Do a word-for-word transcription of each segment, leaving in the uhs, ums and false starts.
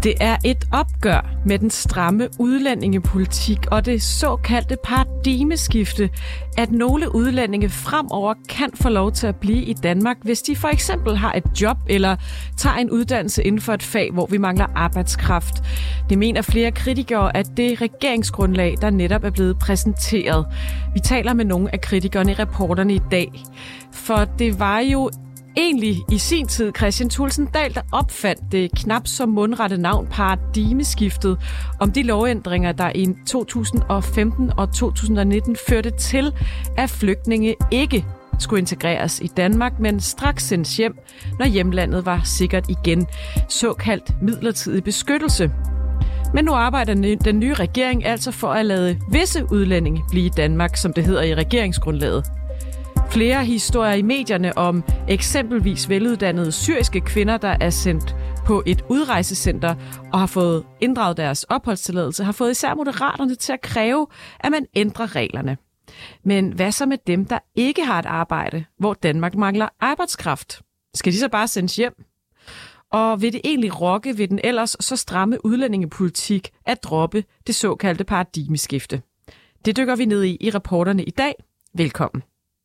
Det er et opgør med den stramme udlændingepolitik og det såkaldte paradigmeskifte, at nogle udlændinge fremover kan få lov til at blive i Danmark, hvis de for eksempel har et job eller tager en uddannelse inden for et fag, hvor vi mangler arbejdskraft. Det mener flere kritikere, at det regeringsgrundlag, der netop er blevet præsenteret. Vi taler med nogle af kritikerne i reporterne i dag. For det var jo egentlig i sin tid Kristian Thulesen Dahl, der opfandt det knap så mundrette navn paradigmeskiftet om de lovændringer, der i to tusind og femten og to tusind og nitten førte til, at flygtninge ikke skulle integreres i Danmark, men straks sendes hjem, når hjemlandet var sikkert igen. Såkaldt midlertidig beskyttelse. Men nu arbejder den nye regering altså for at lade visse udlændinge blive i Danmark, som det hedder i regeringsgrundlaget. Flere historier i medierne om eksempelvis veluddannede syriske kvinder, der er sendt på et udrejsecenter og har fået inddraget deres opholdstilladelse, har fået især Moderaterne til at kræve, at man ændrer reglerne. Men hvad så med dem, der ikke har et arbejde, hvor Danmark mangler arbejdskraft? Skal de så bare sendes hjem? Og vil det egentlig rokke ved den ellers så stramme udlændingepolitik at droppe det såkaldte paradigmeskifte? Det dykker vi ned i i reporterne i dag. Velkommen.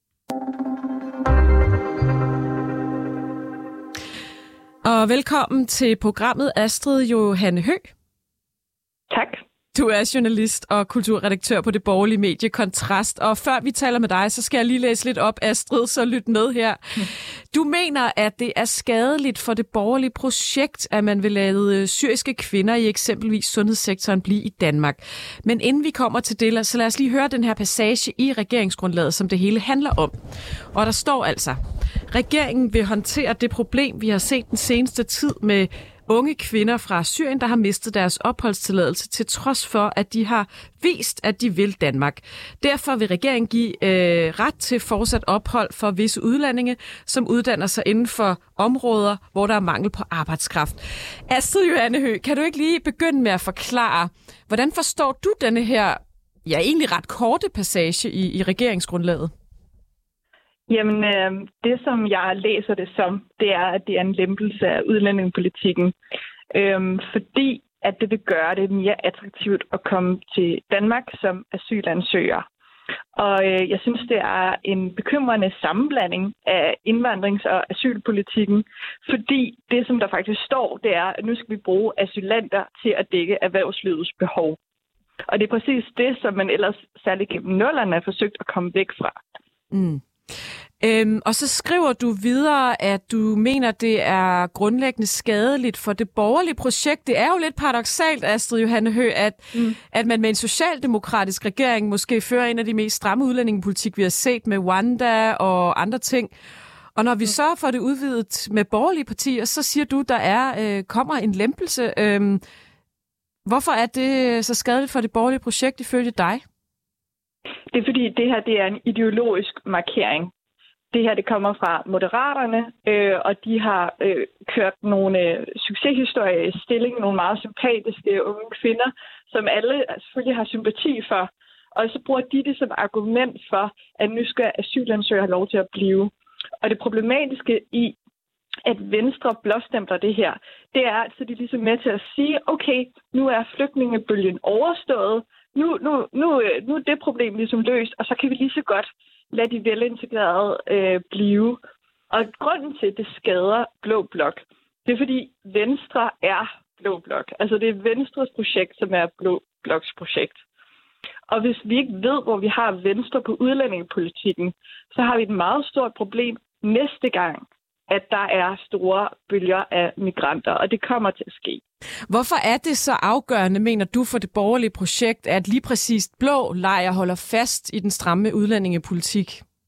Og velkommen til programmet, Astrid Johanne Høgh. Tak. Du er journalist og kulturredaktør på det borgerlige medie Kontrast. Og før vi taler med dig, så skal jeg lige læse lidt op, Astrid, så lyt med her. Du mener, at det er skadeligt for det borgerlige projekt, at man vil lade syriske kvinder i eksempelvis sundhedssektoren blive i Danmark. Men inden vi kommer til det, så lad os lige høre den her passage i regeringsgrundlaget, som det hele handler om. Og der står altså: regeringen vil håndtere det problem, vi har set den seneste tid med unge kvinder fra Syrien, der har mistet deres opholdstilladelse til trods for, at de har vist, at de vil Danmark. Derfor vil regeringen give øh, ret til fortsat ophold for visse udlændinge, som uddanner sig inden for områder, hvor der er mangel på arbejdskraft. Astrid Johanne Høgh, kan du ikke lige begynde med at forklare, hvordan forstår du denne her, ja egentlig ret korte passage i, i regeringsgrundlaget? Jamen, øh, det som jeg læser det som, det er, at det er en lempelse af udlændingepolitikken. Øh, fordi at det vil gøre det mere attraktivt at komme til Danmark som asylansøger. Og øh, jeg synes, det er en bekymrende sammenblanding af indvandrings- og asylpolitikken. Fordi det, som der faktisk står, det er, at nu skal vi bruge asylanter til at dække erhvervslivets behov. Og det er præcis det, som man ellers særligt gennem nullerne har forsøgt at komme væk fra. Mm. Øhm, og så skriver du videre, at du mener, det er grundlæggende skadeligt for det borgerlige projekt. Det er jo lidt paradoksalt, Astrid Johanne Høgh, at, mm. at man med en socialdemokratisk regering måske fører en af de mest stramme udlændingepolitik, vi har set med Rwanda og andre ting. Og når vi så får det udvidet med borgerlige partier, så siger du, der er øh, kommer en lempelse. Øhm, hvorfor er det så skadeligt for det borgerlige projekt ifølge dig? Det er fordi, det her det er en ideologisk markering. Det her det kommer fra Moderaterne, øh, og de har øh, kørt nogle øh, succeshistorier i stilling, nogle meget sympatiske unge kvinder, som alle selvfølgelig har sympati for. Og så bruger de det som argument for, at nu skal asylansøgere have lov til at blive. Og det problematiske i, at Venstre blåstempler det her, det er, at de er ligesom med til at sige, okay, nu er flygtningebølgen overstået, Nu, nu, nu, nu er det problem ligesom løst, og så kan vi lige så godt lade de velintegrerede øh, blive. Og grunden til, at det skader Blå Blok, det er fordi Venstre er Blå Blok. Altså det er Venstres projekt, som er Blå Bloks projekt. Og hvis vi ikke ved, hvor vi har Venstre på udlændingepolitikken, så har vi et meget stort problem næste gang, at der er store bølger af migranter, og det kommer til at ske. Hvorfor er det så afgørende, mener du, for det borgerlige projekt, at lige præcis blå lejr holder fast i den stramme udlændingepolitik?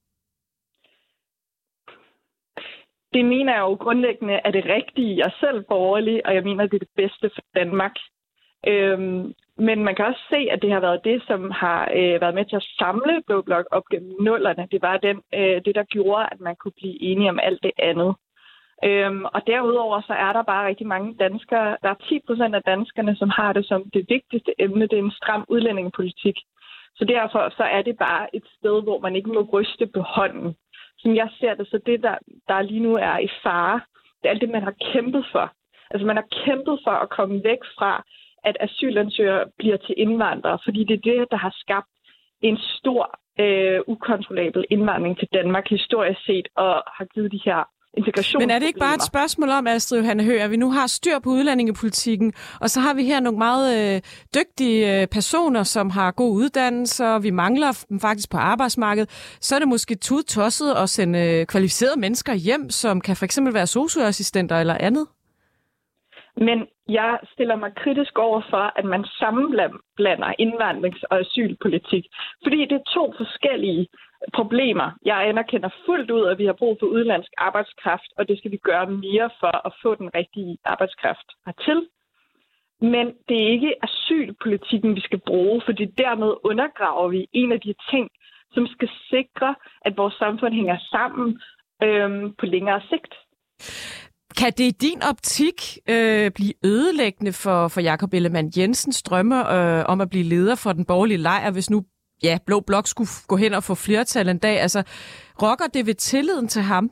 Det mener jeg jo grundlæggende er det rigtige. Jeg er selv borgerlig, og jeg mener, det er det bedste for Danmark. Øhm, men man kan også se, at det har været det, som har øh, været med til at samle Blå Blok op gennem nullerne. Det var den, øh, det, der gjorde, at man kunne blive enige om alt det andet. Øhm, og derudover så er der bare rigtig mange danskere. Der er ti procent af danskerne, som har det som det vigtigste emne. Det er en stram udlændingepolitik. Så derfor så er det bare et sted, hvor man ikke må ryste på hånden. Som jeg ser det, så det, der, der lige nu er i fare, det er alt det, man har kæmpet for. Altså man har kæmpet for at komme væk fra, at asylansøgere bliver til indvandrere, fordi det er det, der har skabt en stor, øh, ukontrollabel indvandring til Danmark historisk set, og har givet de her integrationsproblemer. Men er det ikke bare et spørgsmål om, Astrid Johanne Høegh, at vi nu har styr på udlændingepolitikken, og så har vi her nogle meget øh, dygtige øh, personer, som har god uddannelse, og vi mangler dem faktisk på arbejdsmarkedet, så er det måske tudtosset at sende øh, kvalificerede mennesker hjem, som kan for eksempel være sosu-assistenter eller andet? Men jeg stiller mig kritisk over for, at man sammenblander indvandrings- og asylpolitik. Fordi det er to forskellige problemer. Jeg anerkender fuldt ud, at vi har brug for udenlandsk arbejdskraft, og det skal vi gøre mere for at få den rigtige arbejdskraft hertil. Men det er ikke asylpolitikken, vi skal bruge, fordi dermed undergraver vi en af de ting, som skal sikre, at vores samfund hænger sammen øhm, på længere sigt. Kan det i din optik øh, blive ødelæggende for, for Jakob Ellemann-Jensens drømme øh, om at blive leder for den borgerlige lejr, hvis nu ja, Blå Blok skulle gå hen og få flertal en dag? Altså, rokker det ved tilliden til ham?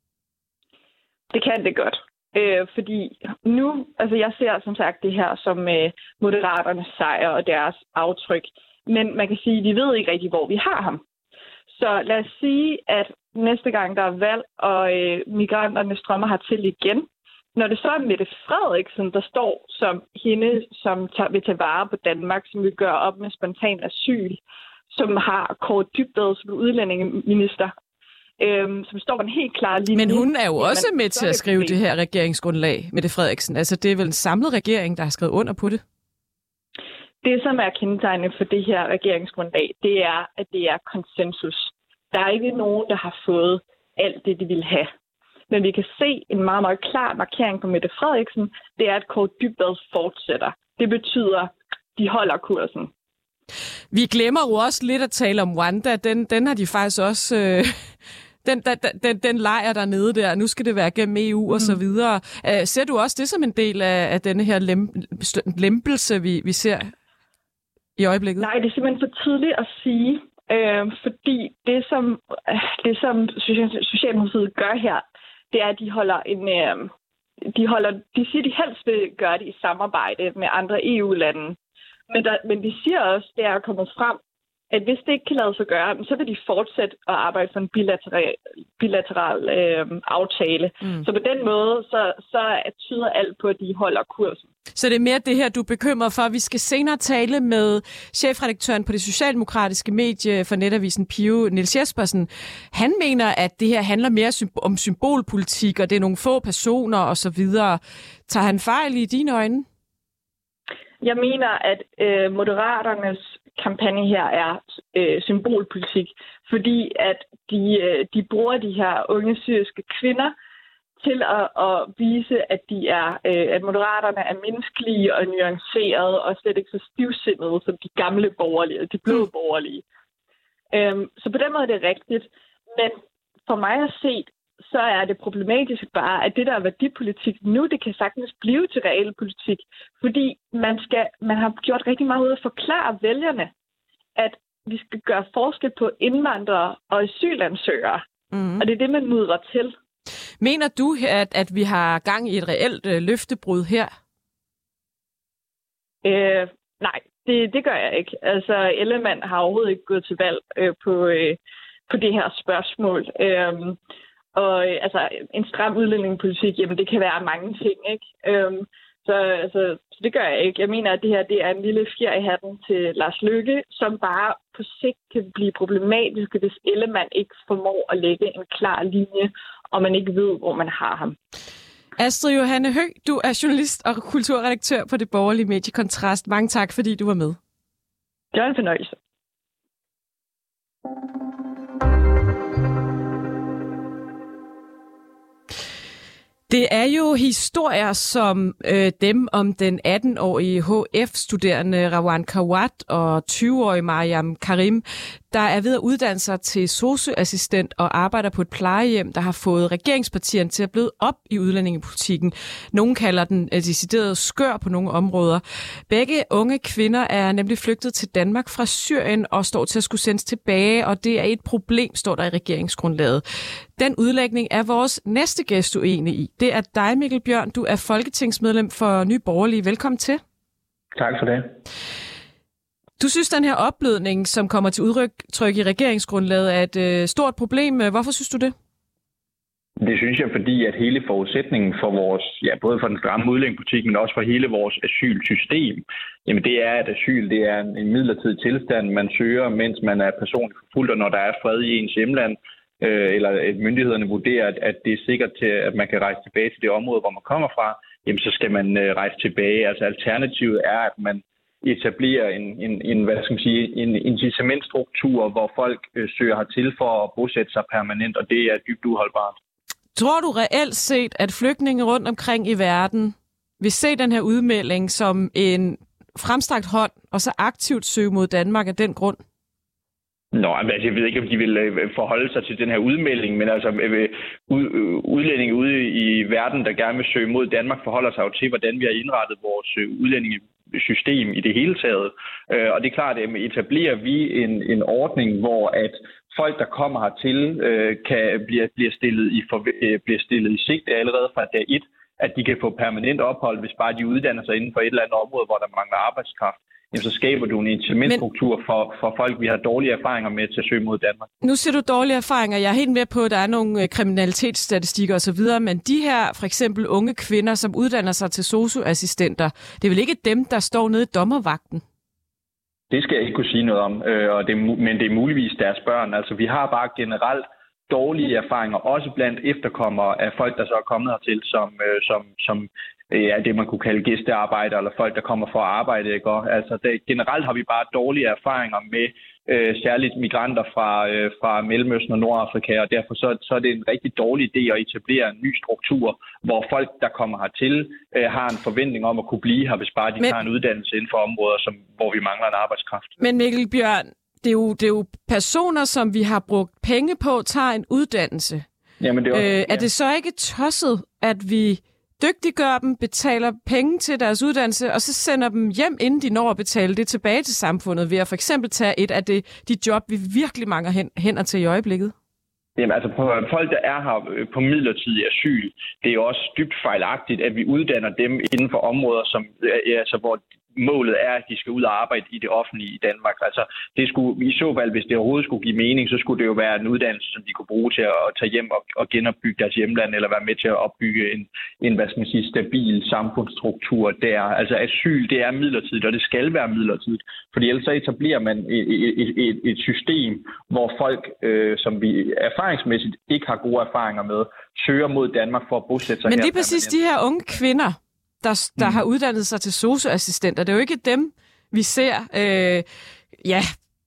Det kan det godt. Øh, fordi nu, altså jeg ser som sagt det her som øh, Moderaternes sejr og deres aftryk. Men man kan sige, at vi ved ikke rigtig, hvor vi har ham. Så lad os sige, at næste gang der er valg, og øh, migranterne strømmer hertil igen. Når det så er Mette Frederiksen, der står som hende, som tager, vil tage vare på Danmark, som vil gøre op med spontan asyl, som har Kaare Dybvad som udlændingeminister, øh, som står en helt klar linje. Men hun er jo også med til at skrive det her regeringsgrundlag, Mette Frederiksen. Altså det er vel en samlet regering, der har skrevet under på det? Det, som er kendetegnende for det her regeringsgrundlag, det er, at det er konsensus. Der er ikke nogen, der har fået alt det, de vil have. Men vi kan se en meget, meget klar markering på Mette Frederiksen. Det er, at Kaare Dybvad fortsætter. Det betyder, at de holder kursen. Vi glemmer jo også lidt at tale om Rwanda. Den, den har de faktisk også... Øh, den, den, den, den lejer dernede der. Nu skal det være gennem E U og så videre. Uh, ser du også det som en del af, af denne her lem, lempelse, vi, vi ser i øjeblikket? Nej, det er simpelthen for tidligt at sige. Øh, fordi det som, det, som Socialdemokratiet gør her, det er, at de holder en... Øh, de, holder, de siger, at de helst vil gøre det i samarbejde med andre E U-lande. Men, der, men de siger også, det er kommet frem, at hvis det ikke kan lade sig gøre, så vil de fortsætte at arbejde for en bilateral, bilateral øh, aftale. Mm. Så på den måde, så, så tyder alt på, at de holder kursen. Så det er mere det her, du er bekymret for. Vi skal senere tale med chefredaktøren på det socialdemokratiske medie for netavisen Pio, Niels Jespersen. Han mener, at det her handler mere om symbolpolitik, og det er nogle få personer osv. Tager han fejl i dine øjne? Jeg mener, at øh, Moderaternes kampagne her er øh, symbolpolitik, fordi at de, øh, de bruger de her unge syriske kvinder til at, at vise, at de er, øh, at Moderaterne er menneskelige og nuancerede og slet ikke så stivsindede som de gamle borgerlige, de blå borgerlige. Øhm, så på den måde er det rigtigt. Men for mig at se, så er det problematisk bare, at det der er værdipolitik nu, det kan sagtens blive til realpolitik, fordi man, skal, man har gjort rigtig meget ud at forklare vælgerne, at vi skal gøre forskel på indvandrere og asylansøgere. Mm. Og det er det, man mudrer til. Mener du, at, at vi har gang i et reelt øh, løftebrud her? Øh, nej, det, det gør jeg ikke. Altså, Ellemann har overhovedet ikke gået til valg øh, på, øh, på det her spørgsmål. Øh, Og øh, altså, en stram udlændingepolitik, jamen det kan være mange ting, ikke? Øhm, så, altså, så det gør jeg ikke. Jeg mener, at det her det er en lille fjer i hatten til Lars Løkke, som bare på sigt kan blive problematisk, hvis Ellemann ikke formår at lægge en klar linje, og man ikke ved, hvor man har ham. Astrid Johanne Høegh, du er journalist og kulturredaktør på det borgerlige medie Kontrast. Mange tak, fordi du var med. Det var en fornøjelse. Det er jo historier som øh, dem om den atten-årige H F-studerende Rawan Kawat og tyve-årige Mariam Karim, der er ved at uddanne sig til sosu-assistent og arbejder på et plejehjem, der har fået regeringspartierne til at bløde op i udlændingepolitikken. Nogle kalder den decideret skør på nogle områder. Begge unge kvinder er nemlig flygtet til Danmark fra Syrien og står til at skulle sendes tilbage, og det er et problem, står der i regeringsgrundlaget. Den udlægning er vores næste gæst uenig i. Det er dig, Mikkel Bjørn. Du er folketingsmedlem for Nye Borgerlige. Velkommen til. Tak for det. Du synes, den her opblødning, som kommer til udtryk i regeringsgrundlaget, er et øh, stort problem. Hvorfor synes du det? Det synes jeg, fordi at hele forudsætningen for vores, ja, både for den stramme udlændingepolitik, men også for hele vores asylsystem, jamen det er, at asyl det er en midlertidig tilstand, man søger, mens man er personligt forfulgt, og når der er fred i ens hjemland, øh, eller at myndighederne vurderer, at, at det er sikkert til, at man kan rejse tilbage til det område, hvor man kommer fra, jamen så skal man øh, rejse tilbage. Altså alternativet er, at man etablerer en, en, en, hvad skal man sige, en incitamentstruktur, hvor folk øh, søger hertil for at bosætte sig permanent, og det er dybt uholdbart. Tror du reelt set, at flygtninge rundt omkring i verden vil se den her udmelding som en fremstrakt hånd, og så aktivt søge mod Danmark af den grund? Nå, altså, jeg ved ikke, om de vil forholde sig til den her udmelding, men altså udlændinge ude i verden, der gerne vil søge mod Danmark, forholder sig jo til, hvordan vi har indrettet vores udlændingesystem i det hele taget. Og det er klart, at etablerer vi en, en ordning, hvor at folk, der kommer hertil, kan blive, bliver, stillet i for, bliver stillet i sigte allerede fra dag et, at de kan få permanent ophold, hvis bare de uddanner sig inden for et eller andet område, hvor der mangler arbejdskraft. Jamen, så skaber du en incitamentstruktur for, for folk, vi har dårlige erfaringer med til at søge mod Danmark. Nu siger du dårlige erfaringer. Jeg er helt med på, at der er nogle kriminalitetsstatistikker osv., men de her for eksempel unge kvinder, som uddanner sig til sosu-assistenter, det er vel ikke dem, der står nede i dommervagten? Det skal jeg ikke kunne sige noget om, og det, men det er muligvis deres børn. Altså, vi har bare generelt dårlige erfaringer, også blandt efterkommere af folk, der så er kommet hertil, som, som, som ja, det man kunne kalde gæstearbejdere, eller folk, der kommer for at arbejde. Ikke? Altså, det, generelt har vi bare dårlige erfaringer med øh, særligt migranter fra, øh, fra Mellemøsten og Nordafrika, og derfor så, så er det en rigtig dårlig idé at etablere en ny struktur, hvor folk, der kommer hertil, øh, har en forventning om at kunne blive her, hvis bare de Men... har en uddannelse inden for områder, som, hvor vi mangler en arbejdskraft. Men Mikkel Bjørn, det er, jo, det er jo personer, som vi har brugt penge på, tager en uddannelse. Jamen, det er, også, øh, ja. er det så ikke tosset, at vi dygtiggør dem, betaler penge til deres uddannelse, og så sender dem hjem, inden de når at betale det tilbage til samfundet, ved at for eksempel tage et af det, de job, vi virkelig mangler hen, hænder til i øjeblikket? Jamen altså, på, folk, der er her på midlertidig asyl, det er jo også dybt fejlagtigt, at vi uddanner dem inden for områder, som, altså, hvor målet er, at de skal ud og arbejde i det offentlige i Danmark. Altså, det skulle, i så fald, hvis det overhovedet skulle give mening, så skulle det jo være en uddannelse, som de kunne bruge til at tage hjem og, og genopbygge deres hjemland, eller være med til at opbygge en, en hvad skal man sige, stabil samfundsstruktur der. Altså, asyl, det er midlertidigt, og det skal være midlertidigt. Fordi ellers så etablerer man et, et, et, et system, hvor folk, øh, som vi erfaringsmæssigt ikke har gode erfaringer med, søger mod Danmark for at bosætte sig her. Men lige præcis de her unge kvinder, der, der mm. har uddannet sig til sosu-assistenter. Det er jo ikke dem, vi ser øh, ja,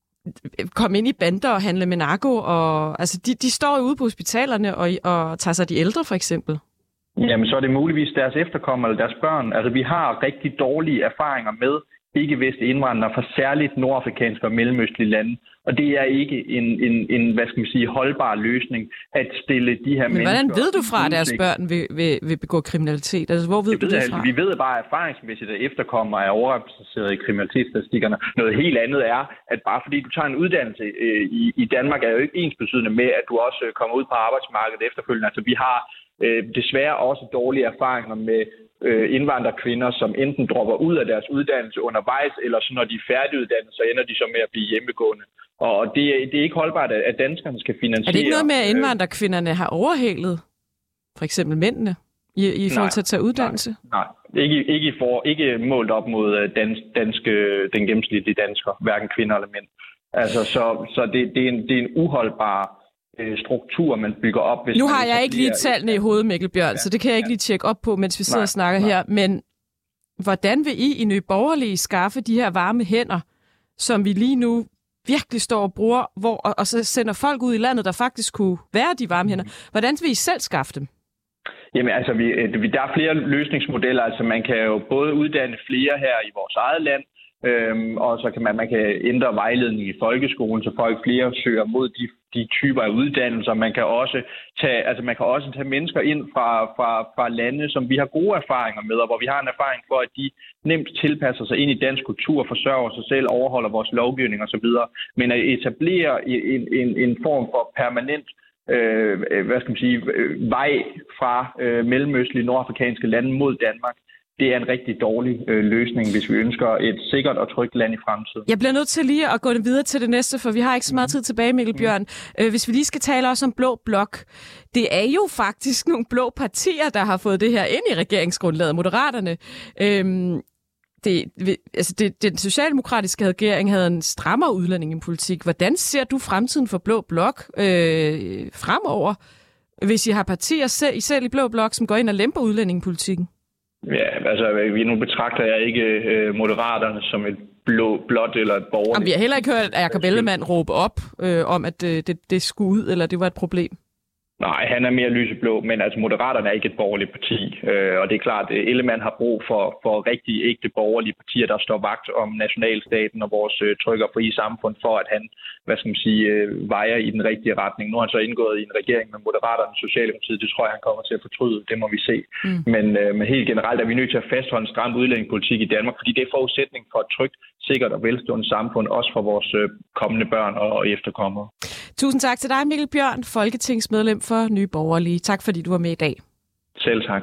komme ind i bander og handle med narko. Og, altså, de, de står jo ude på hospitalerne og, og tager sig de ældre, for eksempel. Jamen, så er det muligvis deres efterkommere eller deres børn. Altså, vi har rigtig dårlige erfaringer med ikke-vestlige indvandrere fra særligt nordafrikanske og mellemøstlige lande. Og det er ikke en, en, en hvad skal man sige, holdbar løsning at stille de her Men mennesker... hvordan ved du fra, at deres børn vil, vil, vil begå kriminalitet? Altså, hvor ved, ved du det fra? Vi ved bare erfaringsmæssigt, at efterkommere er overrepræsenteret i kriminalitetsstatistikkerne. Noget helt andet er, at bare fordi du tager en uddannelse øh, i, i Danmark, er jo ikke ensbetydende med, at du også kommer ud på arbejdsmarkedet efterfølgende. Altså, vi har øh, desværre også dårlige erfaringer med indvandrerkvinder, som enten dropper ud af deres uddannelse undervejs, eller så når de er færdiguddannet, så ender de så med at blive hjemmegående. Og det, det er ikke holdbart, at danskerne skal finansiere... Er det ikke noget med, at indvandrerkvinderne har overhælet for eksempel mændene i, i forhold til at tage uddannelse? Nej, nej. Ikke, ikke, for, ikke målt op mod dans, danske, den gennemsnitlige dansker, hverken kvinder eller mænd. Altså, så, så det, det, er en, det er en uholdbar struktur, man bygger op. Hvis nu har jeg ikke lige tallene i hovedet, Mikkel Bjørn, ja, så det kan jeg ikke lige tjekke op på, mens vi sidder nej, og snakker nej. her. Men hvordan vil I i Nye Borgerlige skaffe de her varme hænder, som vi lige nu virkelig står og bruger, hvor, og, og så sender folk ud i landet, der faktisk kunne være de varme hænder? Hvordan vil I selv skaffe dem? Jamen altså, vi, der er flere løsningsmodeller. Altså man kan jo både uddanne flere her i vores eget land, Øhm, og så kan man, man kan ændre vejledning i folkeskolen, så folk flere søger mod de, de typer af uddannelser. Man kan også tage, altså man kan også tage mennesker ind fra, fra, fra lande, som vi har gode erfaringer med, og hvor vi har en erfaring for, at de nemt tilpasser sig ind i dansk kultur, forsørger sig selv, overholder vores lovgivning osv. Men at etablere en, en, en form for permanent øh, hvad skal man sige, vej fra øh, mellemøstlige nordafrikanske lande mod Danmark, det er en rigtig dårlig øh, løsning, hvis vi ønsker et sikkert og trygt land i fremtiden. Jeg bliver nødt til lige at gå videre til det næste, for vi har ikke så meget tid tilbage, Mikkel Bjørn. Øh, hvis vi lige skal tale også om Blå Blok. Det er jo faktisk nogle blå partier, der har fået det her ind i regeringsgrundlaget, Moderaterne. Øhm, det, altså det, den socialdemokratiske regering havde en strammere udlændingepolitik. Hvordan ser du fremtiden for Blå Blok øh, fremover, hvis I har partier, selv, selv i Blå Blok, som går ind og lemper udlændingepolitikken? Ja, altså nu betragter jeg ikke øh, Moderaterne som et blå, blåt eller et borgerligt. Jamen, vi har heller ikke hørt Jakob Ellemann råbe op øh, om, at øh, det, det skulle ud, eller det var et problem. Nej, han er mere lyseblå, men altså Moderaterne er ikke et borgerligt parti. Øh, og det er klart, at Ellemann har brug for, for rigtig ægte borgerlige partier, der står vagt om nationalstaten og vores øh, trygge og frie samfund, for at han, hvad skal man sige, øh, vejer i den rigtige retning. Nu har han så indgået i en regering med Moderaterne og Socialdemokratiet. Det tror jeg, han kommer til at fortryde. Det må vi se. Mm. Men, øh, men helt generelt er vi nødt til at fastholde en stram udlændingepolitik i Danmark, fordi det er forudsætning for et trygt, sikkert og velstående samfund, også for vores øh, kommende børn og, og efterkommere. Tusind tak til dig, Mikkel Bjørn, folketingsmedlem for Nye Borgerlige. Tak fordi du var med i dag. Selv tak.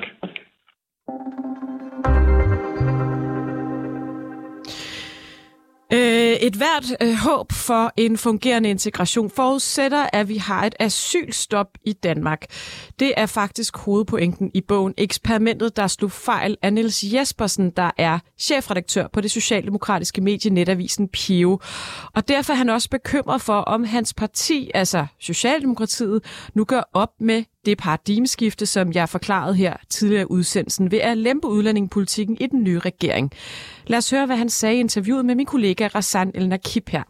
Et hvert øh, håb for en fungerende integration forudsætter, at vi har et asylstop i Danmark. Det er faktisk hovedpointen i bogen Eksperimentet, der slog fejl af Niels Jespersen, der er chefredaktør på det socialdemokratiske medie Netavisen Pio. Og derfor er han også bekymret for, om hans parti, altså Socialdemokratiet, nu gør op med det paradigmeskifte, som jeg forklarede her tidligere i udsendelsen, ved at lempe udlændingepolitikken i den nye regering. Lad os høre, hvad han sagde i interviewet med min kollega Razan El Nakib her.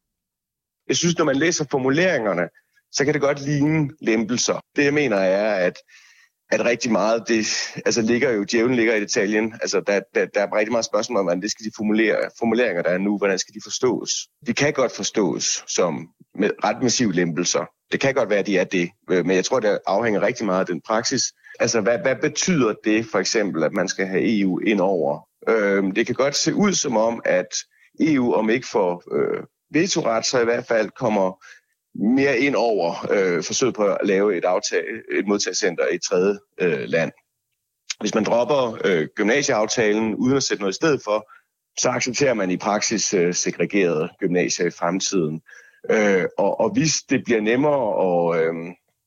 Jeg synes, når man læser formuleringerne, så kan det godt ligne lempelser. Det jeg mener er, at, at rigtig meget, det altså ligger jo, djævlen ligger i detaljen. Altså der, der, der er rigtig meget spørgsmål om, hvordan det skal de formulere, formuleringer, der er nu, hvordan skal de forstås? De kan godt forstås som med ret massiv lempelser. Det kan godt være, at de er det, men jeg tror, det afhænger rigtig meget af den praksis. Altså, hvad, hvad betyder det for eksempel, at man skal have E U ind over? Øhm, det kan godt se ud som om, at E U, om ikke får øh, vetoret, så i hvert fald kommer mere ind over øh, forsøget på at lave et, aftag, et modtagscenter i et tredje øh, land. Hvis man dropper øh, gymnasieaftalen uden at sætte noget i stedet for, så accepterer man i praksis øh, segregerede gymnasier i fremtiden. Øh, og, og hvis det bliver nemmere at, øh,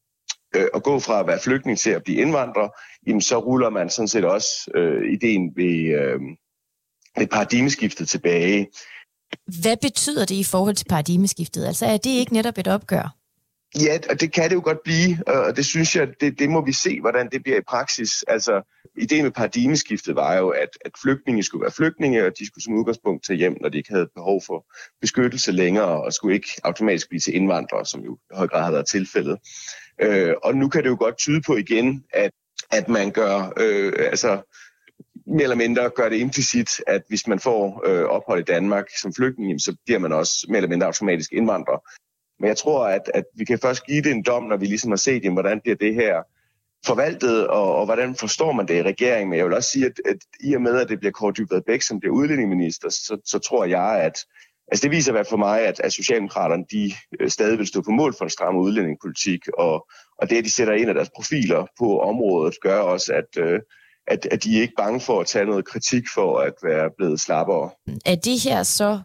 øh, at gå fra at være flygtning til at blive indvandrer, jamen så ruller man sådan set også øh, ideen ved, øh, ved paradigmeskiftet tilbage. Hvad betyder det i forhold til paradigmeskiftet? Altså er det ikke netop et opgør? Ja, og det kan det jo godt blive, og det synes jeg, det, det må vi se, hvordan det bliver i praksis. Altså, ideen med paradigmeskiftet var jo, at, at flygtninge skulle være flygtninge, og de skulle som udgangspunkt tage hjem, når de ikke havde behov for beskyttelse længere, og skulle ikke automatisk blive til indvandrere, som jo i høj grad har været tilfældet. Øh, og nu kan det jo godt tyde på igen, at, at man gør, øh, altså mere eller mindre gør det implicit, at hvis man får øh, ophold i Danmark som flygtning, så bliver man også mere eller mindre automatisk indvandrer. Men jeg tror, at, at vi kan først give det en dom, når vi ligesom har set, jamen, hvordan bliver det her forvaltet, og, og hvordan forstår man det i regeringen. Men jeg vil også sige, at, at i og med, at det bliver Kaare Dybvad Bek, som bliver udlændingeminister, så, så tror jeg, at altså det viser i hvert fald for mig, at, at Socialdemokraterne de stadig vil stå på mål for en stram udlændingepolitik, og, og det, at de sætter ind af deres profiler på området, gør også, at, at, at de er ikke bange for at tage noget kritik for at være blevet slappere. Er det her så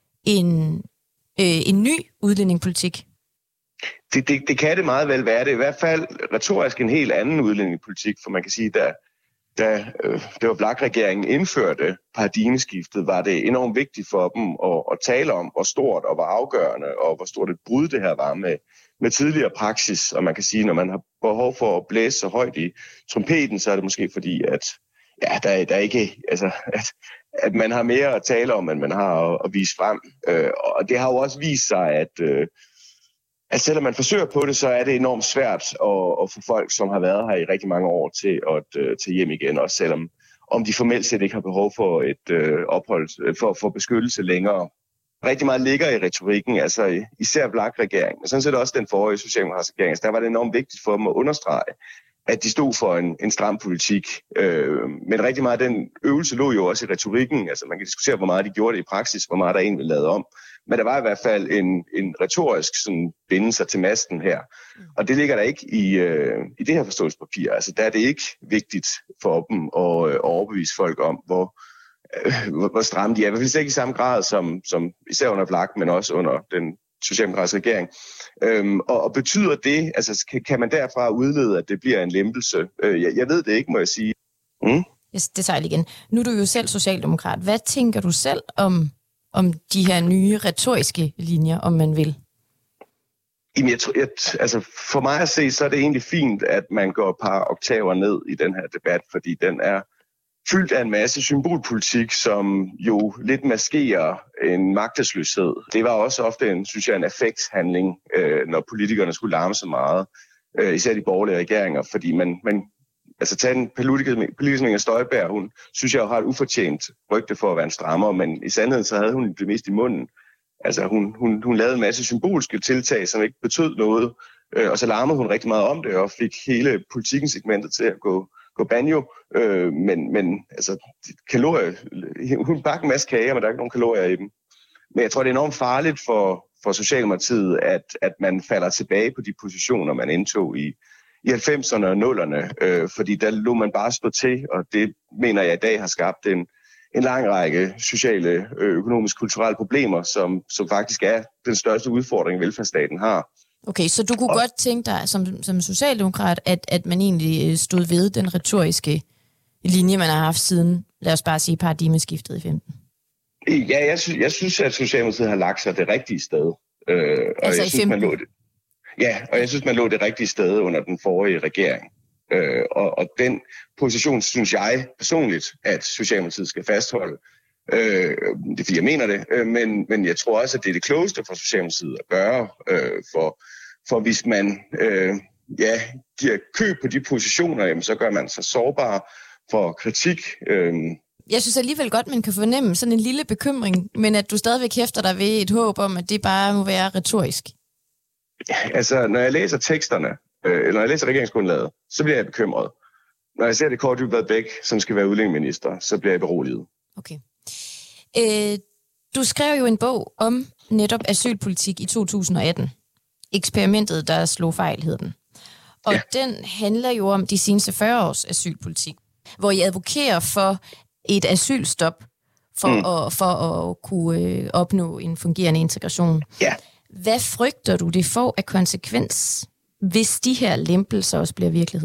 en... Øh, en ny udlændingepolitik? Det, det, det kan det meget vel være. Det er i hvert fald retorisk en helt anden udlændingepolitik, for man kan sige, da, da øh, det var V L A K-regeringen indførte paradigmeskiftet, var det enormt vigtigt for dem at, at tale om, hvor stort og hvor afgørende og hvor stort et brud det her var med, med tidligere praksis. Og man kan sige, når man har behov for at blæse så højt i trompeten, så er det måske fordi, at ja, der, der er ikke, altså, at, at man har mere at tale om, end man har at, at vise frem. Øh, og det har jo også vist sig, at, øh, at selvom man forsøger på det, så er det enormt svært at, at få folk, som har været her i rigtig mange år, til at uh, tage hjem igen. Også selvom, om de formelt set ikke har behov for et øh, ophold, for, for beskyttelse længere. Rigtig meget ligger i retorikken, altså især V L A K-regeringen, og sådan set også den forrige socialdemokratiske regering. Altså, der var det enormt vigtigt for dem at understrege, at de stod for en, en stram politik. Øh, men rigtig meget af den øvelse lå jo også i retorikken. Altså man kan diskutere, hvor meget de gjorde det i praksis, hvor meget der egentlig lavede om. Men der var i hvert fald en, en retorisk sådan, binde sig til masten her. Og det ligger der ikke i, øh, i det her forståelsespapir. Altså der er det ikke vigtigt for dem at, øh, at overbevise folk om, hvor, øh, hvor, hvor stramme de er. I hvert fald ikke i samme grad som, som især under V L A K, men også under den socialdemokratiske regering. Øhm, og, og betyder det, altså kan, kan man derfra udlede, at det bliver en lempelse? Øh, jeg, jeg ved det ikke, må jeg sige. Mm? Yes, det tager jeg igen. Nu er du jo selv socialdemokrat. Hvad tænker du selv om, om de her nye retoriske linjer, om man vil? Jamen, jeg, jeg, altså for mig at se, så er det egentlig fint, at man går et par oktaver ned i den her debat, fordi den er fyldt af en masse symbolpolitik, som jo lidt maskerer en magtesløshed. Det var også ofte en, synes jeg, en affektshandling, øh, når politikerne skulle larme så meget, øh, især de borgerlige regeringer, fordi man, man altså tage en politisk Inger Støjberg, hun synes jeg har et ufortjent rygte for at være en strammer, men i sandheden så havde hun det mest i munden. Altså hun, hun, hun lavede en masse symbolske tiltag, som ikke betød noget, øh, og så larmede hun rigtig meget om det, og fik hele politikken segmentet til at gå gå banjo, øh, men, men altså, kalorier, hun bakker en masse kager, men der er ikke nogen kalorier i dem. Men jeg tror, det er enormt farligt for, for Socialdemokratiet, at, at man falder tilbage på de positioner, man indtog i, i halvfemserne og nullerne, øh, fordi der lå man bare stå til, og det mener jeg i dag har skabt en, en lang række sociale, økonomiske, kulturelle problemer, som, som faktisk er den største udfordring, velfærdsstaten har. Okay, så du kunne og, godt tænke dig som, som socialdemokrat, at, at man egentlig stod ved den retoriske linje, man har haft siden, lad os bare sige, paradigmeskiftet i femten? Ja, jeg synes, jeg synes at Socialdemokratiet har lagt sig det rigtige sted. Øh, og altså jeg i synes, femten? man lå det, ja, og jeg synes, man lå det rigtige sted under den forrige regering. Øh, og, og den position, synes jeg personligt, at Socialdemokratiet skal fastholde. Øh, det er fordi, jeg mener det, øh, men, men jeg tror også, at det er det klogeste for Socialdemokratiet at gøre, øh, for, for hvis man øh, ja, giver køb på de positioner, jamen, så gør man sig sårbar for kritik. Øh. Jeg synes alligevel godt, man kan fornemme sådan en lille bekymring, men at du stadigvæk hæfter dig ved et håb om, at det bare må være retorisk. Altså, når jeg læser teksterne, øh, eller når jeg læser regeringsgrundlaget, så bliver jeg bekymret. Når jeg ser det Kaare Dybvad Bek, som skal være udlændingeminister, så bliver jeg beroliget. Okay. Øh, du skrev jo en bog om netop asylpolitik i to tusind og atten. Eksperimentet, der slog fejl, hed den. Og ja. Den handler jo om de seneste fyrre års asylpolitik, hvor I advokerer for et asylstop for, mm. at, for at kunne øh, opnå en fungerende integration. Ja. Hvad frygter du, det får af konsekvens, hvis de her lempelser også bliver virkelighed?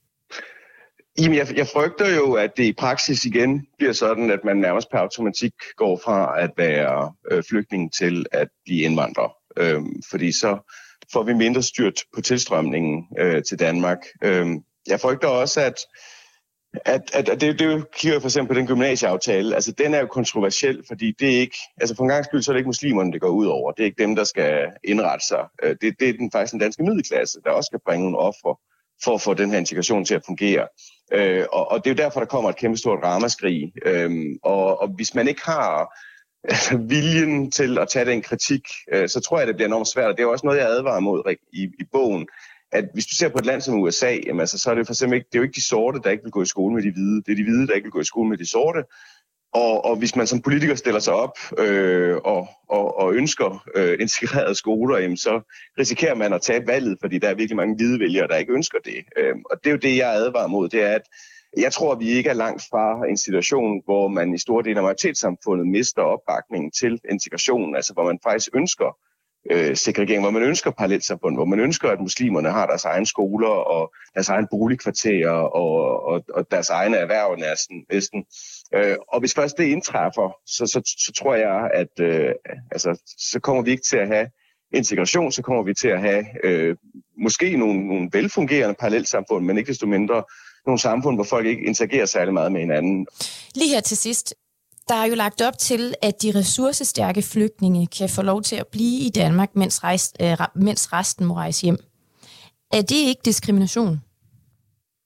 Jamen, jeg, jeg frygter jo, at det i praksis igen bliver sådan, at man nærmest per automatik går fra at være øh, flygtning til at blive indvandrer. Øhm, fordi så får vi mindre styrt på tilstrømningen øh, til Danmark. Øhm, jeg frygter også, at, at, at, at det, det kigger for eksempel på den gymnasieaftale. Altså, den er jo kontroversiel, fordi det er ikke, altså for en gang skyld, så er det ikke muslimerne, det går ud over. Det er ikke dem, der skal indrette sig. Øh, det, det er den, faktisk den danske middelklasse, der også skal bringe nogle ofre for at få den her integration til at fungere. Øh, og, og det er jo derfor, der kommer et kæmpestort ramaskrig. Øh, og, og hvis man ikke har altså, viljen til at tage den kritik, øh, så tror jeg, det bliver enormt svært. Og det er også noget, jeg advarer mod i, i bogen, at hvis du ser på et land som U S A, jamen, altså, så er det for eksempel ikke, det er jo ikke de sorte, der ikke vil gå i skole med de hvide. Det er de hvide, der ikke vil gå i skole med de sorte. Og, og hvis man som politiker stiller sig op øh, og, og, og ønsker øh, integrerede skoler, jamen, så risikerer man at tabe valget, fordi der er virkelig mange hvide vælgere, der ikke ønsker det. Øh, og det er jo det, jeg advarer mod, det er, at jeg tror, at vi ikke er langt fra en situation, hvor man i store dele af majoritetssamfundet mister opbakningen til integration, altså hvor man faktisk ønsker øh, segregering, hvor man ønsker parallelsamfund, hvor man ønsker, at muslimerne har deres egne skoler og deres egen boligkvarterer og, og, og deres egne erhverv næsten. Øh, og hvis først det indtræffer, så, så, så tror jeg, at øh, altså, så kommer vi ikke til at have integration, så kommer vi til at have øh, måske nogle, nogle velfungerende parallelsamfund, men ikke desto mindre nogle samfund, hvor folk ikke interagerer særlig meget med hinanden. Lige her til sidst, der er jo lagt op til, at de ressourcestærke flygtninge kan få lov til at blive i Danmark, mens, rejst, øh, mens resten må rejse hjem. Er det ikke diskrimination?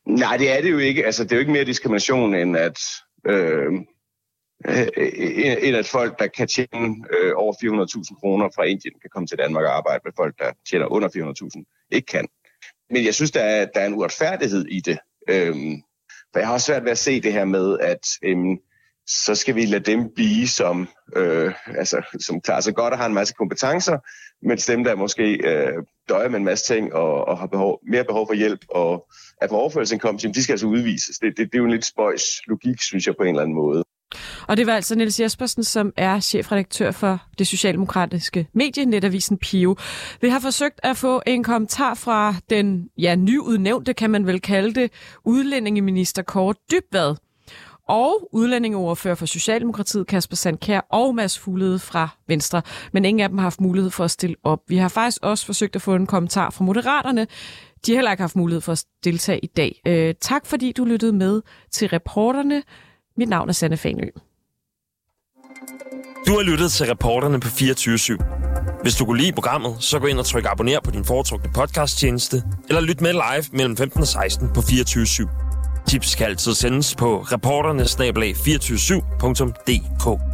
Nej, det er det jo ikke. Altså, det er jo ikke mere diskrimination, end at, øh, end at folk, der kan tjene øh, over fire hundrede tusind kroner fra Indien, kan komme til Danmark og arbejde med folk, der tjener under fire hundrede tusind, ikke kan. Men jeg synes, der er, der er en uretfærdighed i det. Øhm, for jeg har også svært ved at se det her med, at øhm, så skal vi lade dem blive, som, øh, altså, som klarer sig godt og har en masse kompetencer, mens dem, der måske øh, døjer med en masse ting og, og har behov, mere behov for hjælp og er på overførselsindkomst, de skal altså udvises. Det, det, det er jo en lidt spøjs logik, synes jeg, på en eller anden måde. Og det var altså Niels Jespersen, som er chefredaktør for det socialdemokratiske medie Netavisen Pio. Vi har forsøgt at få en kommentar fra den ja, nyudnævnte, kan man vel kalde det, udlændingeminister Kaare Dybvad og udlændingeordfører for Socialdemokratiet Kasper Sandkjær og Mads Fuglede fra Venstre. Men ingen af dem har haft mulighed for at stille op. Vi har faktisk også forsøgt at få en kommentar fra Moderaterne. De har heller ikke haft mulighed for at deltage i dag. Øh, tak fordi du lyttede med til Reporterne. Mit navn er Sanne Fanø. Du har lyttet til Reporterne på fireogtyve syv. Hvis du kunne lide programmet, så gå ind og tryk abonner på din foretrukne podcasttjeneste, eller lyt med live mellem femten og seksten på fireogtyve syv. Tips kan altid sendes på reporterne snabel-a to fire syv punktum d k.